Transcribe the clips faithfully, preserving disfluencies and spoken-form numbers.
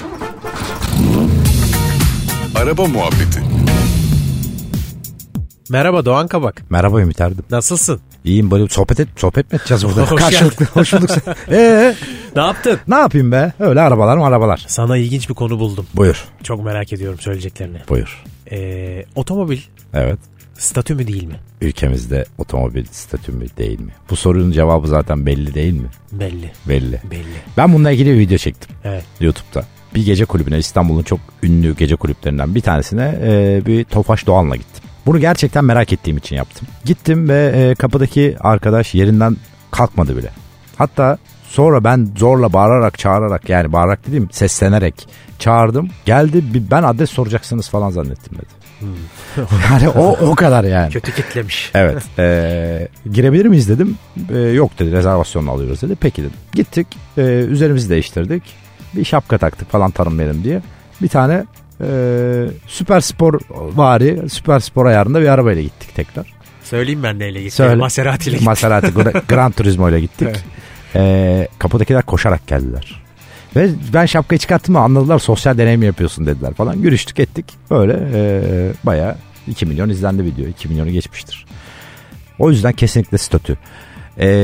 Araba muhabbeti. Merhaba Doğan Kabak. Merhaba Ümit Erdem. Nasılsın? İyiyim, böyle sohbet et, sohbet mi edeceğiz burada? Hoş Karşılıklı, hoş bulduk. Eee? Ne yaptın? Ne yapayım be? Öyle arabalar mı arabalar? Sana ilginç bir konu buldum. Buyur. Çok merak ediyorum söyleyeceklerini. Buyur. Ee, otomobil Evet. statü mü değil mi? Ülkemizde otomobil statü mü değil mi? Bu sorunun cevabı zaten belli değil mi? Belli. Belli. Belli. Ben bununla ilgili bir video çektim. Evet. YouTube'da. Bir gece kulübüne, İstanbul'un çok ünlü gece kulüplerinden bir tanesine e, bir Tofaş Doğan'la gittim. Bunu gerçekten merak ettiğim için yaptım. Gittim ve e, kapıdaki arkadaş yerinden kalkmadı bile. Hatta sonra ben zorla bağırarak çağırarak, yani bağırarak dediğim seslenerek çağırdım. Geldi, ben adres soracaksınız falan zannettim dedi. Hmm. Yani o o kadar yani. Kötü kitlemiş. Evet. E, girebilir miyiz dedim. E, yok dedi, rezervasyonla alıyoruz dedi. Peki dedim. Gittik, e, üzerimizi değiştirdik. Bir şapka taktık falan tanınmayalım diye. Bir tane e, süper spor vari, süper spor ayarında bir arabayla gittik tekrar. Söyleyeyim ben neyle gittim. Söyle. Maserati ile gittim. Maserati Gran Turismo ile gittik. Evet. E, kapıdakiler koşarak geldiler. Ve ben şapkayı çıkarttım mı anladılar, sosyal deneyim yapıyorsun dediler falan. Görüştük ettik. Böyle e, bayağı iki milyon izlendi video. iki milyonu geçmiştir. O yüzden kesinlikle statü. E,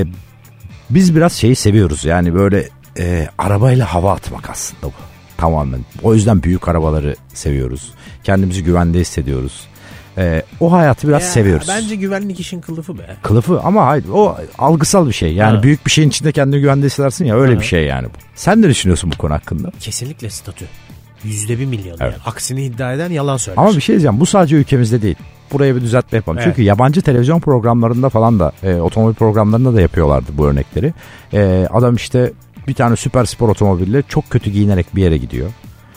biz biraz şeyi seviyoruz. Yani böyle e, arabayla hava atmak aslında bu. Tamamen. O yüzden büyük arabaları seviyoruz. Kendimizi güvende hissediyoruz. Ee, o hayatı biraz ya, seviyoruz. Bence güvenlik işin kılıfı be. Kılıfı ama hayır, o algısal bir şey. Yani ha. Büyük bir şeyin içinde kendini güvende hissedersin ya, öyle ha. bir şey yani bu. Sen ne düşünüyorsun bu konu hakkında? Kesinlikle statü. Yüzde bir milyon. Evet. Yani. Aksini iddia eden yalan söyler. Ama bir şey diyeceğim, bu sadece ülkemizde değil. Buraya bir düzeltme yapalım. Evet. Çünkü yabancı televizyon programlarında falan da e, otomobil programlarında da yapıyorlardı bu örnekleri. E, adam işte bir tane süper spor otomobille çok kötü giyinerek bir yere gidiyor.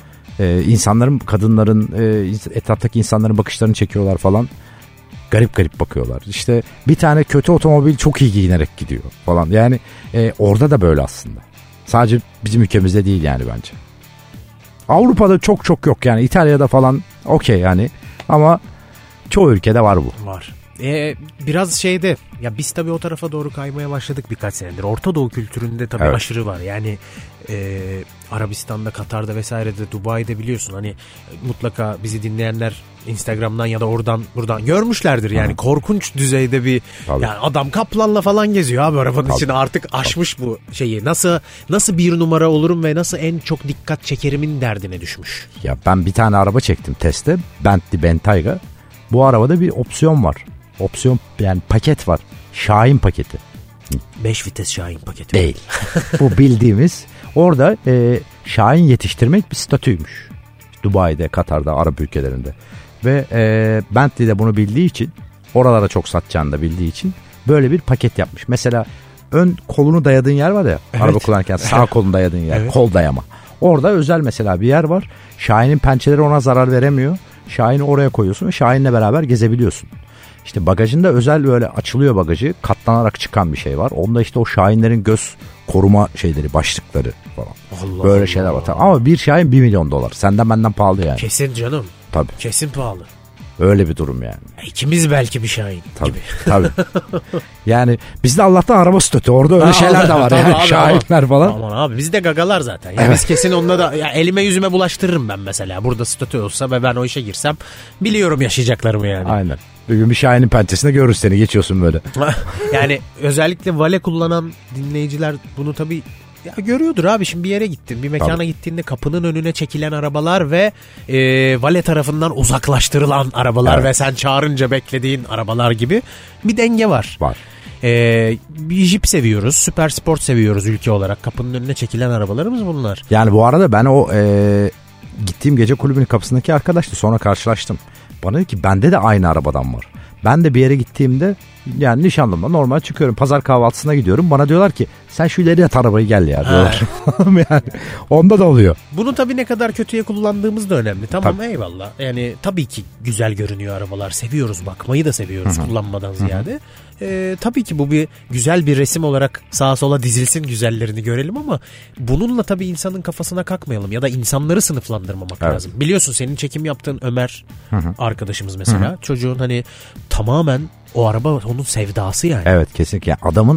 Ee, insanların, kadınların, e, etraftaki insanların bakışlarını çekiyorlar falan. Garip garip bakıyorlar. İşte bir tane kötü otomobil çok iyi giyinerek gidiyor falan. Yani e, orada da böyle aslında. Sadece bizim ülkemizde değil yani bence. Avrupa'da çok çok yok yani. İtalya'da falan okey yani. Ama çoğu ülkede var bu. Var. Ee, biraz şeyde ya biz tabii o tarafa doğru kaymaya başladık birkaç senedir. Orta Doğu kültüründe tabii evet. aşırı var. Yani e, Arabistan'da, Katar'da vesairede, Dubai'de biliyorsun hani mutlaka bizi dinleyenler Instagram'dan ya da oradan buradan görmüşlerdir. Yani Hı. korkunç düzeyde bir tabii. yani adam kaplanla falan geziyor abi arabanın tabii. içinde, artık aşmış tabii. bu şeyi. Nasıl nasıl bir numara olurum ve nasıl en çok dikkat çekerimin derdine düşmüş. Ya ben bir tane araba çektim testte. Bentley Bentayga. Bu arabada bir opsiyon var. Opsiyon yani paket var. Şahin paketi. beş vites Şahin paketi. Değil. Bu bildiğimiz orada e, Şahin yetiştirmek bir statüymüş. Dubai'de, Katar'da, Arap ülkelerinde. Ve e, Bentley de bunu bildiği için, oralara çok satacağını da bildiği için böyle bir paket yapmış. Mesela ön kolunu dayadığın yer var ya, evet. araba kullanırken sağ kolunu dayadığın yer, evet. kol dayama. Orada özel mesela bir yer var. Şahin'in pençeleri ona zarar veremiyor. Şahin'i oraya koyuyorsun ve Şahin'le beraber gezebiliyorsun. İşte bagajında özel böyle açılıyor bagajı, katlanarak çıkan bir şey var. Onda işte o Şahinlerin göz koruma şeyleri, başlıkları falan. Allah böyle Allah. şeyler var. Ama bir Şahin bir milyon dolar. Senden benden pahalı yani. Kesin canım. Tabii. Kesin pahalı. Öyle bir durum yani. İkimiz belki bir Şahin tabii, gibi. Tabii. Yani bizde Allah'tan araba statü. Orada öyle şeyler de var yani. Abi, Şahinler falan. Aman abi biz de gagalar zaten. Yani evet. Biz kesin onunla da ya elime yüzüme bulaştırırım ben mesela. Burada statü olsa ve ben o işe girsem biliyorum yaşayacaklarımı yani. Aynen. Bir gün bir Şahin'in pençesinde görürüz seni, geçiyorsun böyle. Yani özellikle vale kullanan dinleyiciler bunu tabii ya görüyordur abi. Şimdi bir yere gittin, bir mekana tabii. gittiğinde kapının önüne çekilen arabalar ve e, vale tarafından uzaklaştırılan arabalar evet. ve sen çağırınca beklediğin arabalar gibi bir denge var. Var. Ee, bir Jeep seviyoruz, süper sport seviyoruz ülke olarak. Kapının önüne çekilen arabalarımız bunlar. Yani bu arada ben o e, gittiğim gece kulübünün kapısındaki arkadaşla sonra karşılaştım. Bana dedi ki bende de aynı arabadan var. Ben de bir yere gittiğimde yani nişanlımla normal çıkıyorum. Pazar kahvaltısına gidiyorum. Bana diyorlar ki sen şu ileri at arabayı gel ya diyorlar. Yani onda da oluyor. Bunu tabii ne kadar kötüye kullandığımız da önemli. Tamam tabii. eyvallah. Yani tabii ki güzel görünüyor arabalar. Seviyoruz, bakmayı da seviyoruz Hı-hı. kullanmadan ziyade. Hı-hı. Ee, tabii ki bu bir güzel bir resim olarak sağa sola dizilsin, güzellerini görelim ama bununla tabii insanın kafasına kakmayalım ya da insanları sınıflandırmamak evet. lazım. Biliyorsun senin çekim yaptığın Ömer Hı-hı. arkadaşımız mesela Hı-hı. çocuğun hani tamamen o araba onun sevdası yani. Evet kesinlikle. Adamın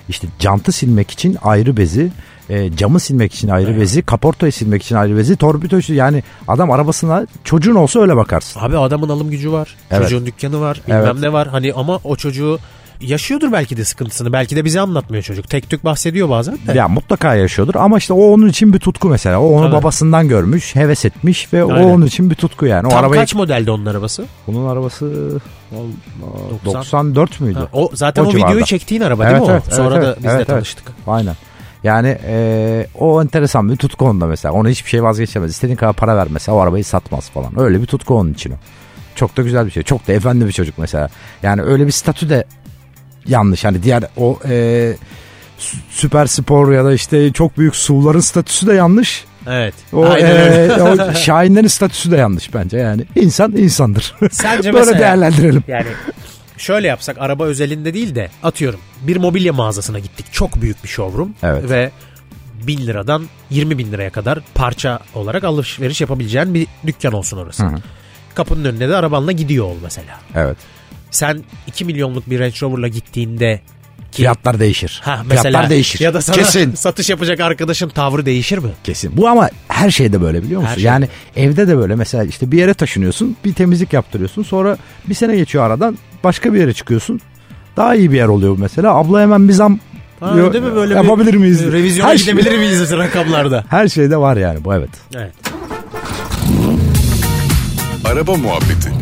işte jantı silmek için ayrı bezi, e, camı silmek için ayrı evet. bezi, kaportayı silmek için ayrı bezi, torpidoyu, yani adam arabasına, çocuğun olsa öyle bakarsın. Abi adamın alım gücü var. Evet. Çocuğun dükkanı var. Bilmem evet. ne var. Hani ama o çocuğu yaşıyordur belki de sıkıntısını. Belki de bize anlatmıyor çocuk. Tek tük bahsediyor bazen de. Ya mutlaka yaşıyordur ama işte o onun için bir tutku mesela. O onu evet. babasından görmüş, heves etmiş ve Aynen. o onun için bir tutku yani. O Tam arabayı... kaç modelde onun arabası? Bunun arabası doksan dört müydü? Ha, o zaten o, o videoyu çektiğin araba evet, değil mi evet, o? Sonra evet, da biz evet, de tanıştık. Evet. Aynen. Yani e, o enteresan bir tutku onda mesela. Ona hiçbir şey vazgeçemez. İstediğin kadar para ver mesela, o arabayı satmaz falan. Öyle bir tutku onun için o. Çok da güzel bir şey. Çok da efendi bir çocuk mesela. Yani öyle bir statü de yanlış. Hani diğer o e, süper spor ya da işte çok büyük S U V'ların statüsü de yanlış. Evet. O, e, o Şahinlerin statüsü de yanlış bence yani. İnsan insandır. Sence böyle mesela, değerlendirelim. Yani şöyle yapsak, araba özelinde değil de atıyorum bir mobilya mağazasına gittik. Çok büyük bir showroom. Evet. Ve bin liradan yirmi bin liraya kadar parça olarak alışveriş yapabileceğin bir dükkan olsun orası. Hı-hı. Kapının önüne de arabanla gidiyor ol mesela. Evet. Sen iki milyonluk bir Range Rover'la gittiğinde ki, fiyatlar değişir. Ha, mesela, fiyatlar değişir. Ya da sana Kesin. satış yapacak arkadaşın tavrı değişir mi? Kesin. Bu ama her şeyde böyle, biliyor musun? Yani evde de böyle, mesela işte bir yere taşınıyorsun, bir temizlik yaptırıyorsun, sonra bir sene geçiyor aradan, başka bir yere çıkıyorsun. Daha iyi bir yer oluyor mesela. Abla hemen bir zam ha, diyor, değil mi? Böyle yapabilir miyiz? Revizyona her gidebilir şey, miyiz rakamlarda? Her şeyde var yani bu, evet. Evet. Araba muhabbeti.